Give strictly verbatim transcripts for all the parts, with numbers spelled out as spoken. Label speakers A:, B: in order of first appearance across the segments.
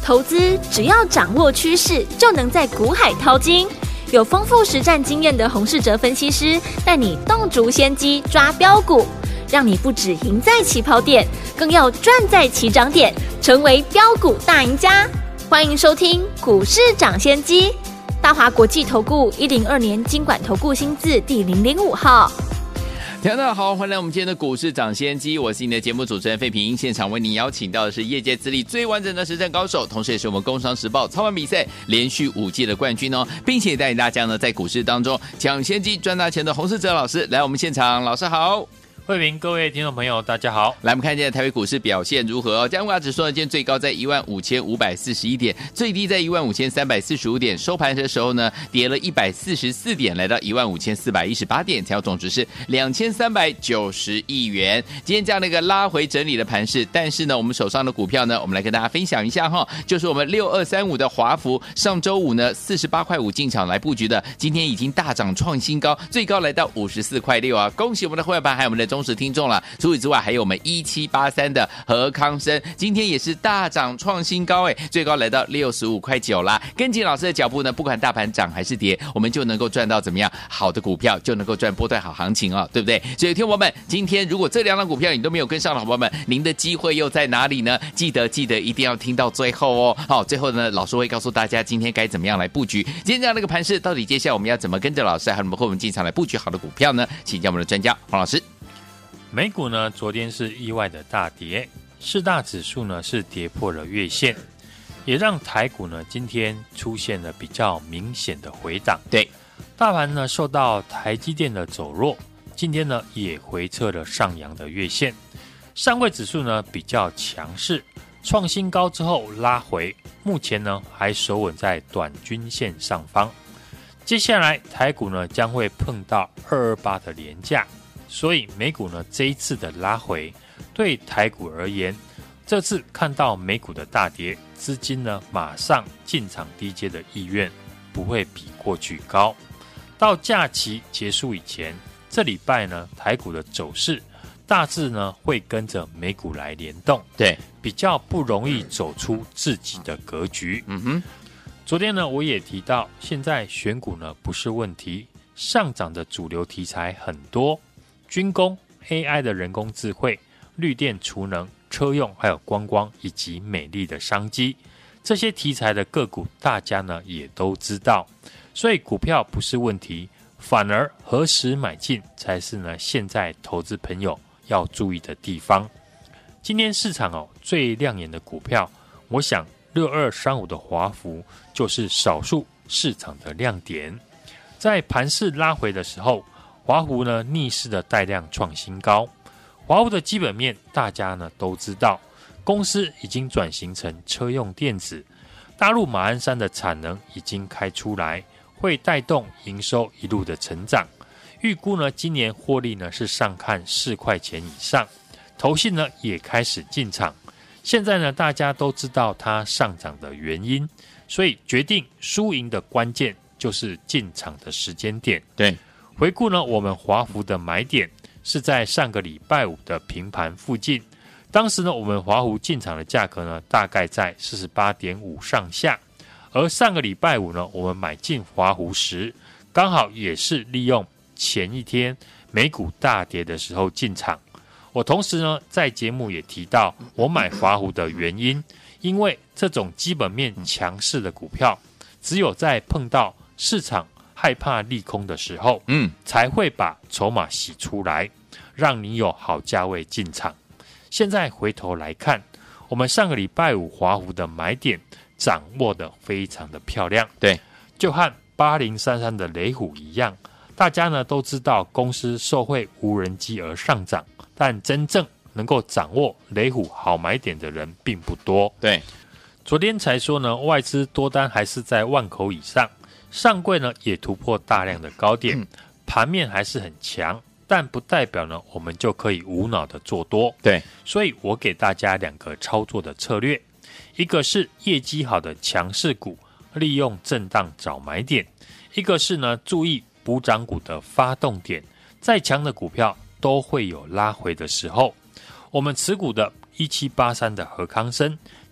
A: 投资只要掌握趋势，就能在股海淘金。有丰富实战经验的洪士哲分析师带你洞烛先机抓标股，让你不只赢在起跑点，更要赚在起涨点，成为标股大赢家。欢迎收听股市涨先机，大华国际投顾一零二年金管投顾新字第零零五号。
B: 大家好，欢迎来我们今天的股市涨先机，我是你的节目主持人费平。现场为您邀请到的是业界资历最完整的实战高手，同时也是我们工商时报操盘比赛连续五届的冠军哦，并且带领大家呢在股市当中抢先机赚大钱的洪士哲老师来我们现场。老师好。
C: 慧平，各位听众朋友大家好。
B: 来我们看一下台北股市表现如何哦。加权指数呢今天最高在一万五千五百四十一点，最低在一万五千三百四十五点，收盘的时候呢跌了一百四十四点，来到一万五千四百一十八点，成交总值是两千三百九十亿元。今天这样的一个拉回整理的盘势，但是呢我们手上的股票呢我们来跟大家分享一下哈，就是我们六二三五的华孚，上周五呢四十八块五进场来布局的，今天已经大涨创新高，最高来到五十四块六啊！恭喜我们的会员班还有我们的忠实听众了。除此之外还有我们一七八三的和康生，今天也是大涨创新高，哎，最高来到六十五块九啦。跟紧老师的脚步呢，不管大盘涨还是跌，我们就能够赚到怎么样好的股票，就能够赚波段好行情哦，对不对？所以听众朋友们，今天如果这两档股票你都没有跟上的伙伴们，您的机会又在哪里呢？记得记得一定要听到最后哦。好，最后呢，老师会告诉大家今天该怎么样来布局。今天这样的一个盘势，到底接下来我们要怎么跟着老师还有我们会我们进场来布局好的股票呢？请教我们的专家黄老师。
C: 美股呢，昨天是意外的大跌，四大指数呢是跌破了月线，也让台股呢今天出现了比较明显的回档。
B: 对，
C: 大盘呢受到台积电的走弱，今天呢也回撤了上扬的月线。上柜指数呢比较强势，创新高之后拉回，目前呢还守稳在短均线上方。接下来台股呢将会碰到二二八的连假。所以美股呢这一次的拉回，对台股而言，这次看到美股的大跌，资金呢马上进场低接的意愿不会比过去高。到假期结束以前，这礼拜呢台股的走势大致呢会跟着美股来联动，
B: 对，
C: 比较不容易走出自己的格局。
B: 嗯哼，
C: 昨天呢我也提到，现在选股呢不是问题，上涨的主流题材很多。军工、A I 的人工智慧、绿电储能、车用还有观光以及美丽的商机，这些题材的个股大家呢也都知道，所以股票不是问题，反而何时买进才是呢现在投资朋友要注意的地方。今天市场哦最亮眼的股票，我想六二三五的华孚就是少数市场的亮点。在盘势拉回的时候，华孚呢逆势的带量创新高，华孚的基本面大家呢都知道，公司已经转型成车用电子，大陆马鞍山的产能已经开出来，会带动营收一路的成长，预估呢今年获利呢是上看四块钱以上，投信呢也开始进场，现在呢大家都知道它上涨的原因，所以决定输赢的关键就是进场的时间点。
B: 对。
C: 回顾呢，我们华孚的买点是在上个礼拜五的平盘附近，当时呢，我们华孚进场的价格呢，大概在 四十八点五 上下，而上个礼拜五呢，我们买进华孚时，刚好也是利用前一天美股大跌的时候进场。我同时呢，在节目也提到，我买华孚的原因，因为这种基本面强势的股票，只有在碰到市场害怕利空的时候，嗯，才会把筹码洗出来，让你有好价位进场。现在回头来看，我们上个礼拜五华孚的买点掌握的非常的漂亮，
B: 对，
C: 就和八零三三的雷虎一样，大家呢都知道公司受惠无人机而上涨，但真正能够掌握雷虎好买点的人并不多。
B: 对，
C: 昨天才说呢，外资多单还是在万口以上。上柜呢也突破大量的高点，盘面还是很强，但不代表呢我们就可以无脑的做多。
B: 对，
C: 所以我给大家两个操作的策略，一个是业绩好的强势股，利用震荡找买点；一个是呢注意补涨股的发动点，再强的股票都会有拉回的时候。我们持股的一七八三的和康生，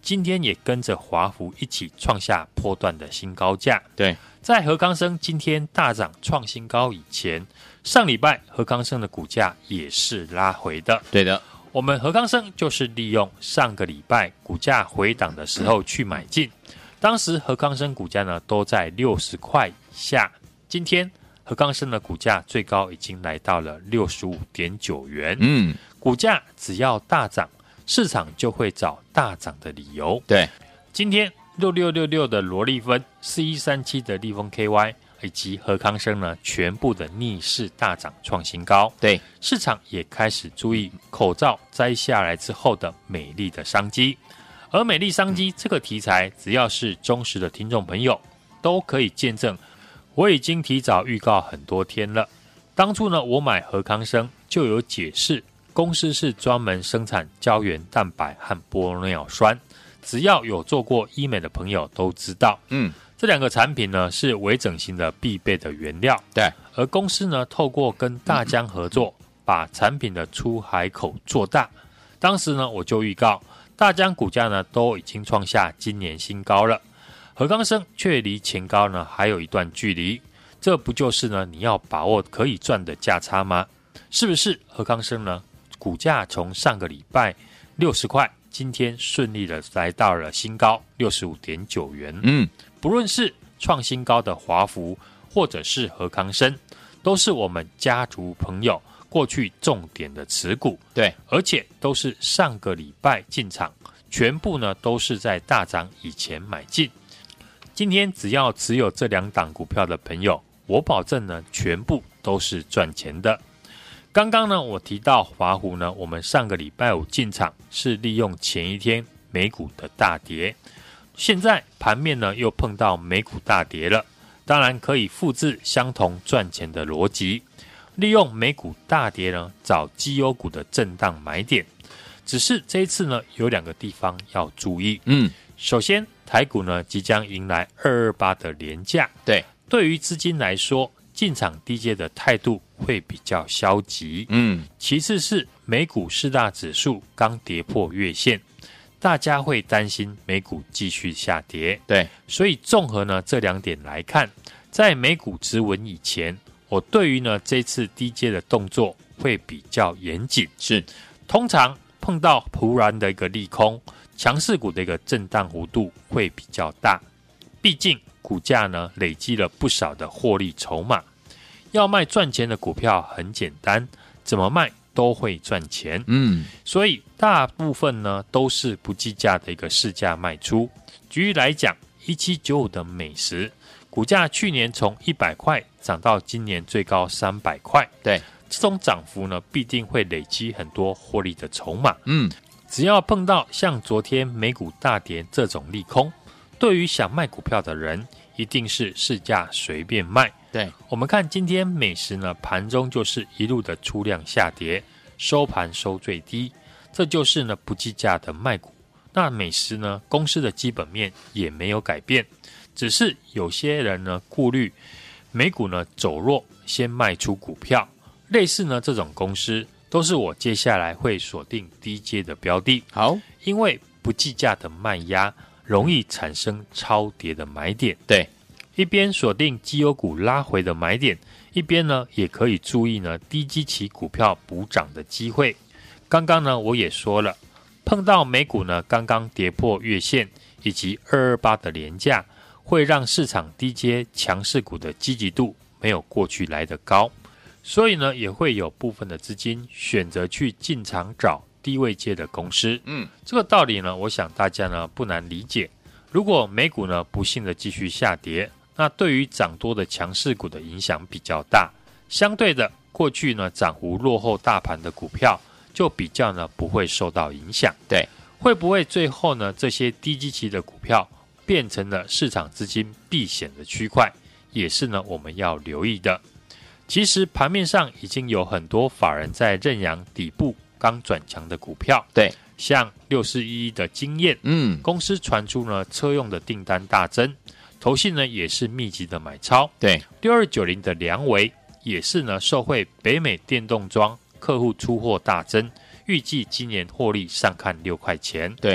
C: 今天也跟着华孚一起创下波段的新高价。
B: 对，
C: 在何康生今天大涨创新高以前，上礼拜何康生的股价也是拉回的。
B: 对的，
C: 我们何康生就是利用上个礼拜股价回档的时候去买进，当时何康生股价呢都在六十块以下，今天何康生的股价最高已经来到了六十五点九元。
B: 嗯，
C: 股价只要大涨，市场就会找大涨的理由。
B: 对，
C: 今天六六六六的罗利芬、四一三七的利丰 K Y 以及何康生呢，全部的逆势大涨创新高。
B: 对，
C: 市场也开始注意口罩摘下来之后的美丽的商机。而美丽商机这个题材，只要是忠实的听众朋友，都可以见证。我已经提早预告很多天了。当初呢，我买何康生就有解释，公司是专门生产胶原蛋白和玻尿酸，只要有做过医美的朋友都知道，
B: 嗯，
C: 这两个产品呢是微整形的必备的原料。
B: 对，
C: 而公司呢透过跟大疆合作，把产品的出海口做大。当时呢我就预告，大疆股价呢都已经创下今年新高了，何康生却离前高呢还有一段距离，这不就是呢你要把握可以赚的价差吗？是不是何康生呢股价从上个礼拜六十块，今天顺利的来到了新高 六十五点九元。
B: 嗯，
C: 不论是创新高的华孚或者是何康生，都是我们家族朋友过去重点的持股。
B: 对，
C: 而且都是上个礼拜进场，全部呢都是在大涨以前买进。今天只要持有这两档股票的朋友，我保证呢全部都是赚钱的。刚刚呢我提到华孚呢，我们上个礼拜五进场是利用前一天美股的大跌，现在盘面呢又碰到美股大跌了，当然可以复制相同赚钱的逻辑，利用美股大跌呢找绩优股的震荡买点。只是这一次呢有两个地方要注意。
B: 嗯，
C: 首先台股呢即将迎来二二八的连假，
B: 对，
C: 对于资金来说，进场低阶的态度会比较消极。
B: 嗯，
C: 其次是美股四大指数刚跌破月线，大家会担心美股继续下跌。
B: 对，
C: 所以综合呢这两点来看，在美股止稳以前，我对于呢这次低阶的动作会比较严谨。
B: 是，
C: 通常碰到突然的一个利空，强势股的一个震荡幅度会比较大，毕竟股价呢累积了不少的获利筹码，要卖赚钱的股票很简单，怎么卖都会赚钱。
B: 嗯，
C: 所以大部分呢都是不计价的一个市价卖出。举例来讲，一七九五的美食股价去年从一百块涨到今年最高三百块，
B: 对，
C: 这种涨幅呢必定会累积很多获利的筹码。
B: 嗯，
C: 只要碰到像昨天美股大跌这种利空，对于想卖股票的人一定是市价随便卖。
B: 对，
C: 我们看今天美食呢盘中就是一路的出量下跌，收盘收最低，这就是呢不计价的卖股。那美食呢公司的基本面也没有改变，只是有些人呢顾虑美股呢走弱，先卖出股票。类似呢这种公司都是我接下来会锁定低阶的标的。
B: 好，
C: 因为不计价的卖压容易产生超跌的买点。
B: 对，
C: 一边锁定绩优股拉回的买点，一边呢也可以注意呢低基期股票补涨的机会。刚刚呢我也说了，碰到美股呢刚刚跌破月线以及二二八的连假，会让市场低阶强势股的积极度没有过去来得高，所以呢也会有部分的资金选择去进场找低位阶的公司。
B: 嗯，
C: 这个道理呢我想大家呢不难理解。如果美股呢不幸的继续下跌，那对于涨多的强势股的影响比较大，相对的过去呢涨幅落后大盘的股票就比较呢不会受到影响。
B: 对，
C: 会不会最后呢这些低基期的股票变成了市场资金避险的区块，也是呢我们要留意的。其实盘面上已经有很多法人在认养底部刚转强的股票。
B: 对，
C: 像六四一一的经验，
B: 嗯，
C: 公司传出呢车用的订单大增，投信呢也是密集的买超。
B: 对，
C: 六二九零的良微也是呢受惠北美电动装客户出货大增，预计今年获利上看六块钱。
B: 对，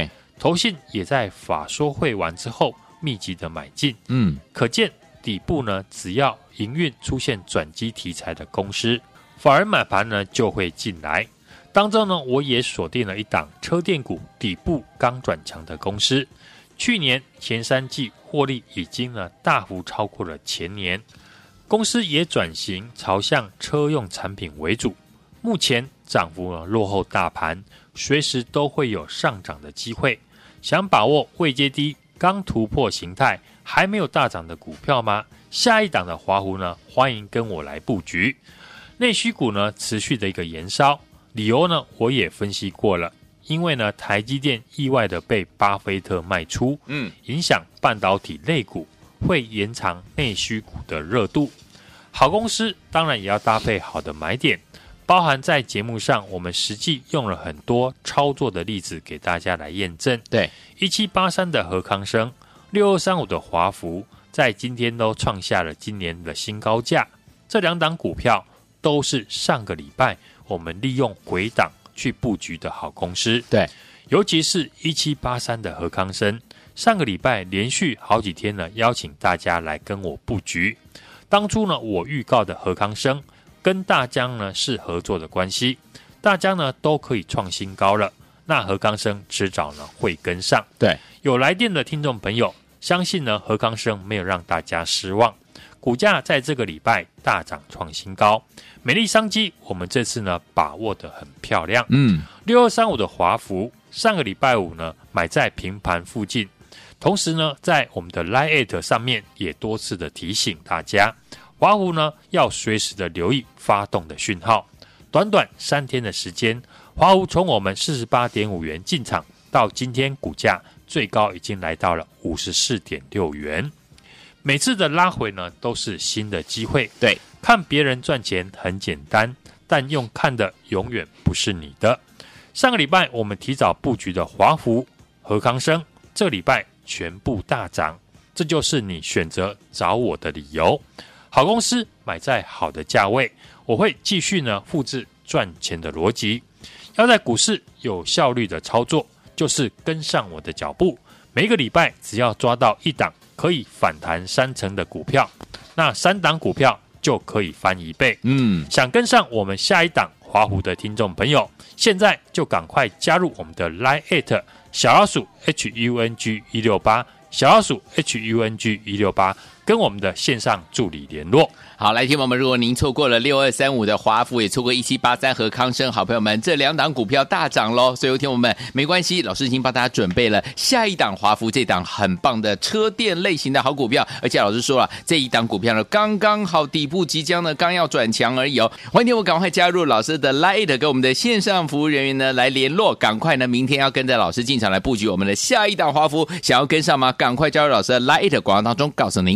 C: 投信也在法说会完之后密集的买进，
B: 嗯，
C: 可见底部呢，只要营运出现转机题材的公司，法人买盘呢就会进来。当中呢，我也锁定了一档车电股底部刚转强的公司，去年前三季获利已经呢大幅超过了前年，公司也转型朝向车用产品为主，目前涨幅呢落后大盘，随时都会有上涨的机会。想把握位阶低、刚突破形态还没有大涨的股票吗？下一档的华孚呢，欢迎跟我来布局。内需股呢持续的一个延烧，理由呢我也分析过了，因为呢台积电意外的被巴菲特卖出，
B: 嗯，
C: 影响半导体类股，会延长内需股的热度。好公司当然也要搭配好的买点，包含在节目上我们实际用了很多操作的例子给大家来验证。
B: 对，
C: 一七八三的和康生，六二三五的华孚，在今天都创下了今年的新高价。这两档股票都是上个礼拜我们利用回档去布局的好公司。
B: 对，
C: 尤其是一七八三的和康生，上个礼拜连续好几天呢，邀请大家来跟我布局。当初呢，我预告的和康生跟大江呢是合作的关系，大江呢都可以创新高了，那和康生迟早呢会跟上。
B: 对，
C: 有来电的听众朋友，相信呢和康生没有让大家失望，股价在这个礼拜大涨创新高，美丽商机我们这次呢把握得很漂亮。
B: 嗯，
C: 六二三五的华孚，上个礼拜五呢买在平盘附近，同时呢在我们的 Line 上面也多次的提醒大家，华孚呢要随时的留意发动的讯号。短短三天的时间，华孚从我们 四十八点五元进场到今天股价最高已经来到了 五十四点六元。每次的拉回呢都是新的机会。
B: 对，
C: 看别人赚钱很简单，但用看的永远不是你的。上个礼拜我们提早布局的华孚、和康生，这礼拜全部大涨，这就是你选择找我的理由。好公司买在好的价位，我会继续呢复制赚钱的逻辑。要在股市有效率的操作，就是跟上我的脚步。每一个礼拜只要抓到一档可以反弹三成的股票，那三档股票就可以翻一倍。
B: 嗯，
C: 想跟上我们下一档华孚的听众朋友，现在就赶快加入我们的 Line 小老鼠 H U N G 一六八，小老鼠 H U N G 一六八，跟我们的线上助理联络。
B: 好，来听我们，如果您错过了六二三五的华孚，也错过一七八三和康生，好朋友们，这两档股票大涨咯，所以听我们没关系，老师已经帮大家准备了下一档华孚，这档很棒的车电类型的好股票，而且老师说了，这一档股票呢刚刚好，底部即将呢刚要转强而已哦。欢迎我赶快加入老师的 Line 跟我们的线上服务人员呢来联络，赶快呢明天要跟着老师进场来布局我们的下一档华孚，想要跟上吗？赶快加入老师的 Line 广告当中告诉您。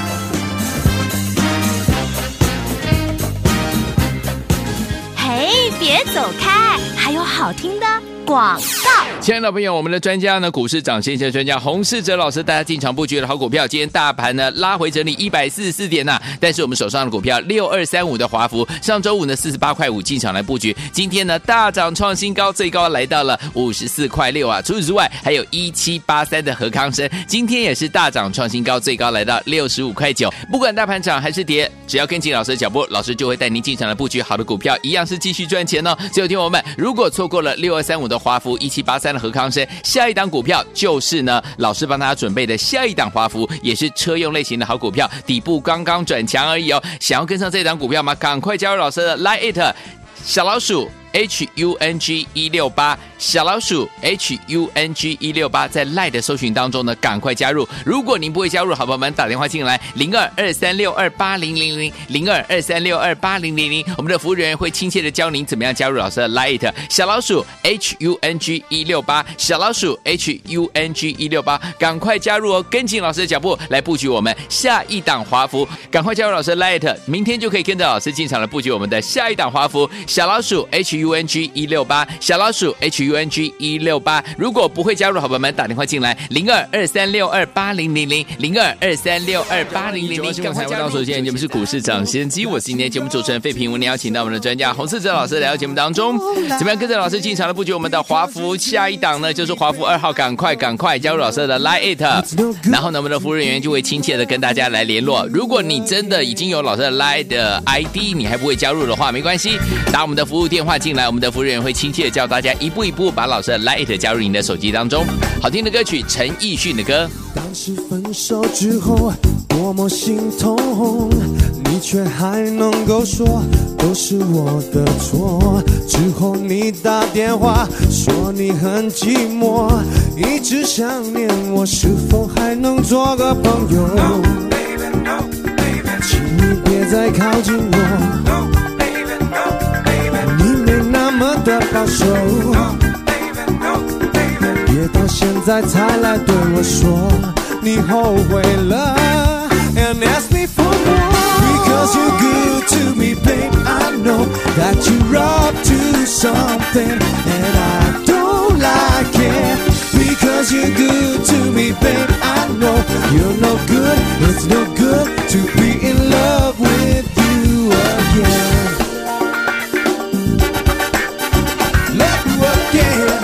A: 别走开，还有好听的广告。
B: 亲爱的朋友，我们的专家呢，股市涨先生专家洪士哲老师，大家进场布局的好股票，今天大盘呢拉回整理一百四十四点呐、啊，但是我们手上的股票六二三五的华孚，上周五呢四十八块五进场来布局，今天呢大涨创新高，最高来到了五十四块六啊。除此之外，还有一七八三的和康生，今天也是大涨创新高，最高来到六十五块九。不管大盘涨还是跌，只要跟紧老师的脚步，老师就会带您进场来布局好的股票，一样是继续赚钱哦。所以听我们，如果错过了六二三五的华孚，一七八三的和康生，下一档股票就是呢老师帮大家准备的下一档华孚，也是车用类型的好股票，底部刚刚转强而已哦。想要跟上这档股票吗？赶快加入老师的 Line 小老鼠H U N G 一六八，小老鼠 H U N G 一六八，在 Line 的搜寻当中呢，赶快加入。如果您不会加入，好朋友们打电话进来零二二三六二八零零零零二二三六二八零零零，我们的服务人员会亲切的教您怎么样加入老师的 Line 小老鼠 H U N G 一六八，小老鼠 H U N G 一六八，赶快加入哦，跟紧老师的脚步来布局我们下一档华孚，赶快加入老师的 Line， 明天就可以跟着老师进场来布局我们的下一档华孚，小老鼠 H U N G 一六八，小老鼠 H H U N G 一六八。如果不会加入的好朋友们，打电话进来零二二三六二八零零零零二二三六二八零零零，赶快加入。首先，你们是股市抢先机，我是今天节目主持人费平，我们邀请到我们的专家洪世哲老师来到节目当中，怎么样跟着老师进场的布局我们的华孚？下一档呢就是华孚二号，赶快赶快加入老师的 Line It， 然后呢我们的服务人员就会亲切的跟大家来联络。如果你真的已经有老师的 Line 的 I D， 你还不会加入的话，没关系，打我们的服务电话进来，我们的服务人员会亲切的教大家一步一步把老师的 Line It 加入你的手机当中。好听的歌曲，陈奕迅的歌。
D: 当时分手之后多么心痛，你却还能够说都是我的错。之后你打电话说你很寂寞，一直想念我，是否还能做个朋友？ No, baby, no, baby. 请你别再靠近我， no, baby, no, baby. 你没那么的保守， no, baby, no, baby. 别到现在才来对我说你后悔了 and ask me for more. Because you're good to me, babe. I know that you're up to something and I don't like it. Because you're good to me, babe. I know you're no good. It's no good to be in love with you again. Love you again.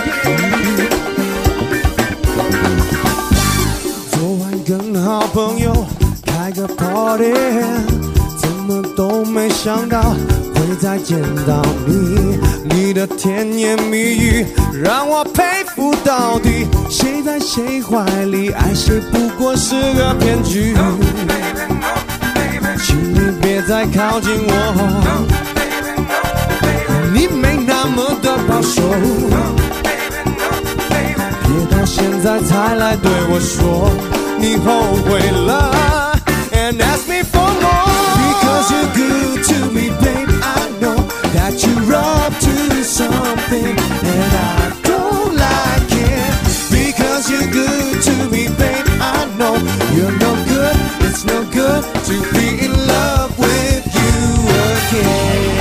D: 昨晚跟好朋友开个 party， 怎么都没想到会再见到你，你的甜言蜜语让我佩服到底。谁在谁怀里，爱谁不过是个骗局。No, baby, no, baby. 请你别再靠近我。No, baby, no, baby. 你没那么的保守。No, baby, no, baby. 别到现在才来对我说你后悔了 and ask me for more. Because you're good to me, babe. I know that you're up to something and I don't like it. Because you're good to me, babe. I know you're no good. It's no good to be in love with you again.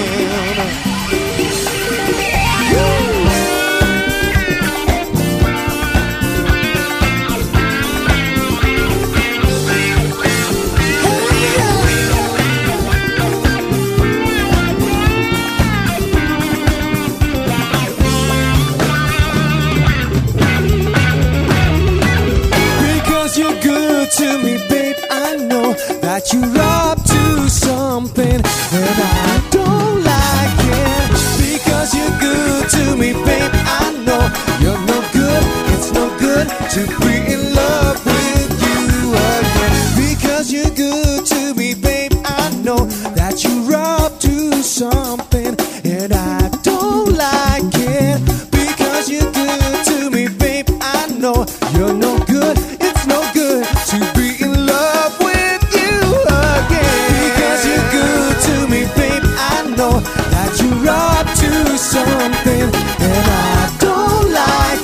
D: To me, babe, I know that you're up to something and I don't like it. Because you're good to me, babe, I know you're no good. It's no good to be in love with you again. Because you're good to me, babe, I know that you're up to something and I don't like it. Because you're good to me, babe, I know you're no good. It's no good to be in love with you again. Because you're good to me, babe. I know that you're up to something and I don't like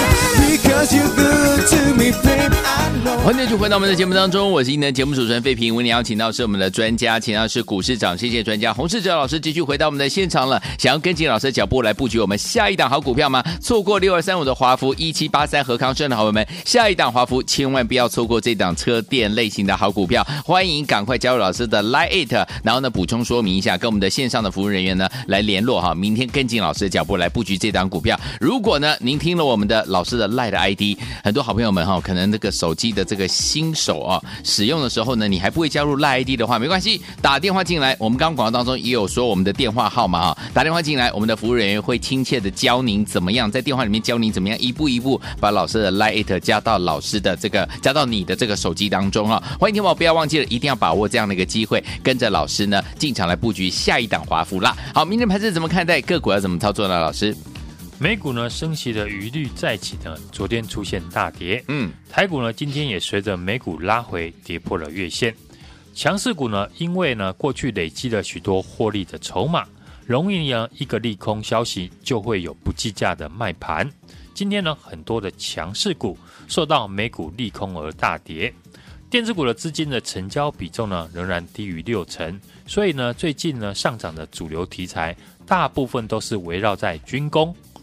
D: it. Because you're good to me, babe. I know.
B: 欢迎继续回到我们的节目当中，我是今天的节目主持人费平。为您邀请到是我们的专家，请到是股市长谢谢专家洪世哲老师，继续回到我们的现场了。想要跟紧老师的脚步来布局我们下一档好股票吗？错过六二三五的华孚，一七八三和康生的好朋友们，下一档华孚千万不要错过这档车电类型的好股票。欢迎赶快加入老师的 Line It， 然后呢补充说明一下，跟我们的线上的服务人员呢来联络哈，明天跟紧老师的脚步来布局这档股票。如果呢您听了我们的老师的 Line 的 I D， 很多好朋友们哈，可能这个手机的这个新手啊使用的时候呢，你还不会加入 Line I D 的话，没关系，打电话进来。我们刚刚广告当中也有说我们的电话号码哈，打电话进来，我们的服务人员会亲切的教您怎么样在电话里面教您怎么样一步一步把老师的 Line It 加到老师的这个加到你的这个手机当中啊。欢迎听众不要忘记了，一定要把握这样的一个机会，跟着老师呢进场来布局下一档华孚啦。好，明天盘势怎么看待？个股要怎么操作呢？老师？
C: 美股呢升息的余虑再起呢，昨天出现大跌。嗯，台股呢今天也随着美股拉回，跌破了月线。强势股呢，因为呢过去累积了许多获利的筹码，容易呢一个利空消息就会有不计价的卖盘。今天呢很多的强势股受到美股利空而大跌。电子股的资金的成交比重呢仍然低于六成，所以呢最近呢上涨的主流题材大部分都是围绕在军工、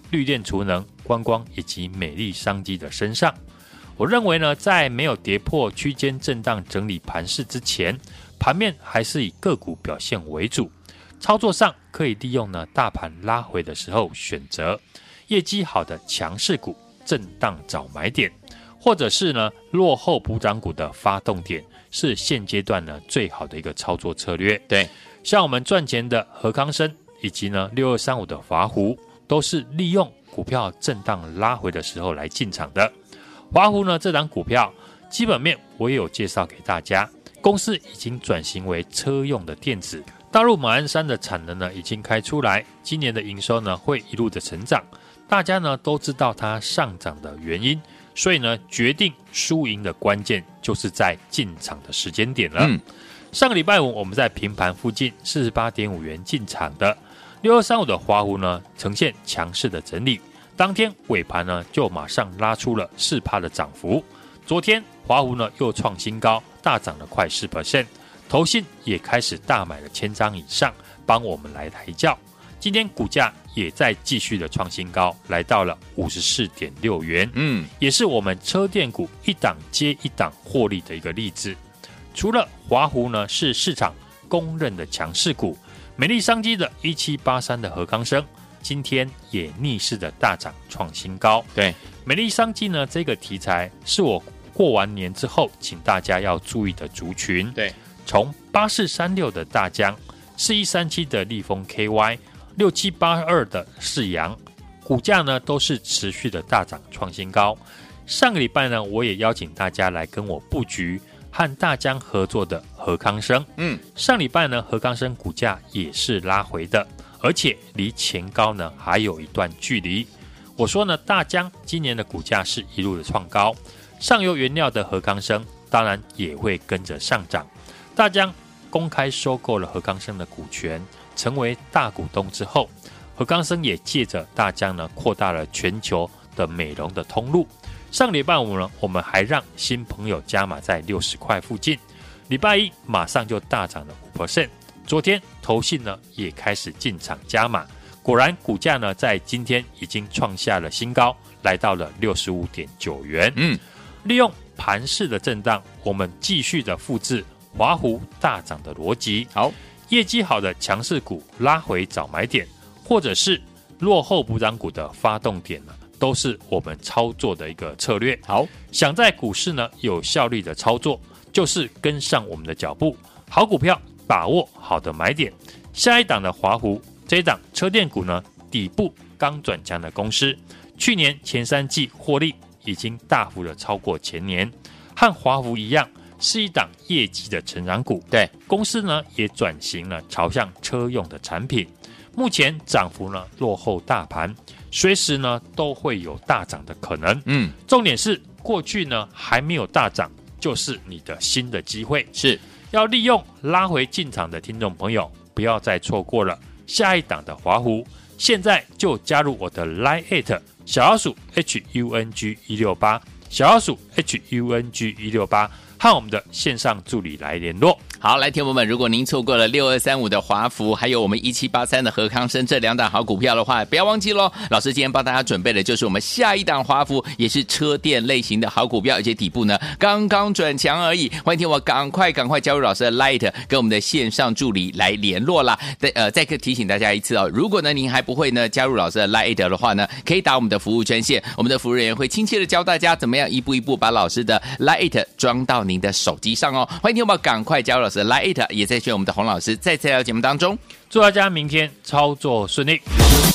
C: 绿电储能、观光以及美丽商机的身上。我认为呢，在没有跌破区间震荡整理盘势之前，盘面还是以个股表现为主。操作上可以利用呢大盘拉回的时候选择业绩好的强势股震荡找买点，或者是呢落后补涨股的发动点，是现阶段呢最好的一个操作策略。
B: 对，
C: 像我们赚钱的和康生以及呢六二三五的华湖，都是利用股票震荡拉回的时候来进场的。华湖呢这档股票基本面我也有介绍给大家，公司已经转型为车用的电子，大陆马鞍山的产能呢已经开出来，今年的营收呢会一路的成长，大家呢都知道它上涨的原因，所以呢决定输赢的关键就是在进场的时间点了。嗯，上个礼拜五我们在平盘附近 四十八点五元进场的六二三五的华湖呢呈现强势的整理，当天尾盘呢就马上拉出了 百分之四 的涨幅，昨天华湖呢又创新高，大涨了快 百分之四，投信也开始大买了千张以上，帮我们来抬轿。今天股价也在继续的创新高，来到了 五十四点六元，嗯，也是我们车电股一档接一档获利的一个例子。除了华湖呢是市场公认的强势股，美丽商机的一七八三的和康生今天也逆势的大涨创新高。
B: 对，
C: 美丽商机呢这个题材是我过完年之后请大家要注意的族群。
B: 对，
C: 从八四三六的大江、四一三七的立丰 K Y、六七八二的世阳，股价呢都是持续的大涨创新高。上个礼拜呢，我也邀请大家来跟我布局和大江合作的和康生。嗯，上礼拜呢，和康生股价也是拉回的，而且离前高呢还有一段距离。我说呢，大江今年的股价是一路的创高，上游原料的和康生当然也会跟着上涨。大江公开收购了和康生的股权，成为大股东之后，和康生也借着大江呢扩大了全球的美容的通路。上礼拜五呢，我们还让新朋友加码在六十块附近，礼拜一马上就大涨了 百分之五。昨天投信呢也开始进场加码，果然股价呢在今天已经创下了新高，来到了 六十五点九元。嗯，利用盘势的震荡，我们继续的复制华湖大涨的逻辑。好，业绩好的强势股拉回找买点，或者是落后补涨股的发动点呢，都是我们操作的一个策略。好，想在股市呢有效率的操作，就是跟上我们的脚步，好股票把握好的买点。下一档的华湖，这一档车电股呢，底部刚转强的公司，去年前三季获利已经大幅的超过前年，和华湖一样，是一档业绩的成长股。对，公司呢也转型了，朝向车用的产品，目前涨幅呢落后大盘，随时呢都会有大涨的可能。嗯，重点是过去呢还没有大涨，就是你的新的机会，是要利用拉回进场的听众朋友，不要再错过了下一档的华湖。现在就加入我的 Line 小老鼠 H U N G 一六八，小老鼠 H U N G 一六八，和我们的线上助理来联络。
B: 好，来，听众朋友们，如果您错过了六二三五的华孚，还有我们一七八三的和康生这两档好股票的话，不要忘记咯，老师今天帮大家准备的就是我们下一档华孚，也是车电类型的好股票，而且底部呢刚刚转强而已。欢迎听我赶快赶快加入老师的 Light， 跟我们的线上助理来联络啦。呃，再提醒大家一次哦，如果呢您还不会呢加入老师的 Light 的话呢，可以打我们的服务专线，我们的服务人员会亲切的教大家怎么样一步一步把老师的 Light 装到您的手机上哦。欢迎听我赶快加入老师的 Light， 也在选我们的洪老师在这条节目当中，
C: 祝大家明天操作顺利。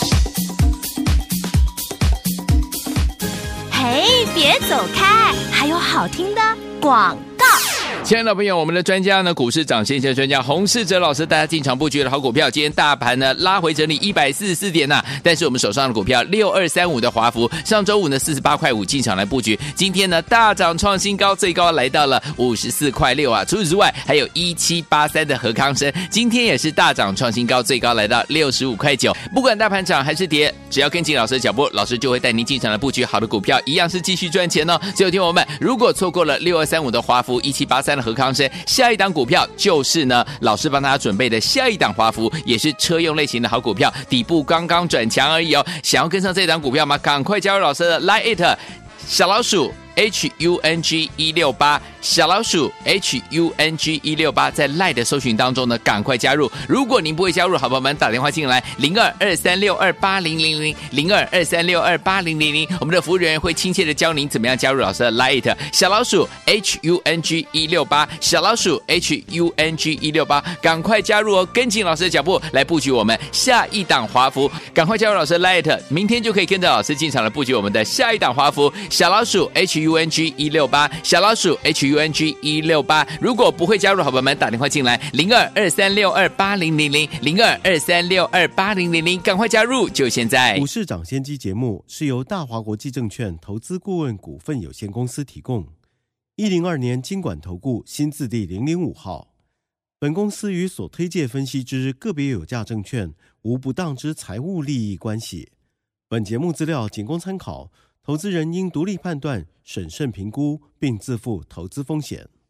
A: 嘿，别走开，还有好听的广告。
B: 亲爱的朋友，我们的专家呢，股市涨先生专家洪士哲老师，大家进场布局的好股票，今天大盘呢拉回整理一百四十四点呐、啊，但是我们手上的股票六二三五的华孚，上周五呢四十八块五进场来布局，今天呢大涨创新高，最高来到了五十四块六啊。除此之外，还有一七八三的和康生，今天也是大涨创新高，最高来到六十五块九。不管大盘涨还是跌，只要跟紧老师的脚步，老师就会带您进场来布局好的股票，一样是继续赚钱哦。所以听我们，如果错过了六二三五的华孚、一七八三三的和康生，下一档股票就是呢老师帮他准备的下一档华孚，也是车用类型的好股票，底部刚刚转强而已哦。想要跟上这档股票吗？赶快加入老师的 Line it 小老鼠H U N G 一六八，小老鼠 H U N G 一六八，在 Line 的搜寻当中呢，赶快加入。如果您不会加入，好朋友们打电话进来零二二三六二八零零零零二二三六二八零零零，我们的服务人员会亲切的教您怎么样加入老师的 Line 小老鼠 H U N G 一六八，小老鼠 H U N G 一六八，赶快加入哦，跟紧老师的脚步来布局我们下一档华孚，赶快加入老师的 Line， 明天就可以跟着老师进场来布局我们的下一档华孚，小老鼠 H U N G 一六八，小老鼠 H U N G 一六八。如果不会加入，好朋友们打电话进来零二二三六二八零零零零二二三六二八零零零，赶快加入，就现在。
E: 股市涨先机节目是由大华国际证券投资顾问股份有限公司提供，一零二年金管投顾新字第零零五号。本公司与所推介分析之个别有价证券无不当之财务利益关系。本节目资料仅供参考，投资人应独立判断、审慎评估，并自负投资风险。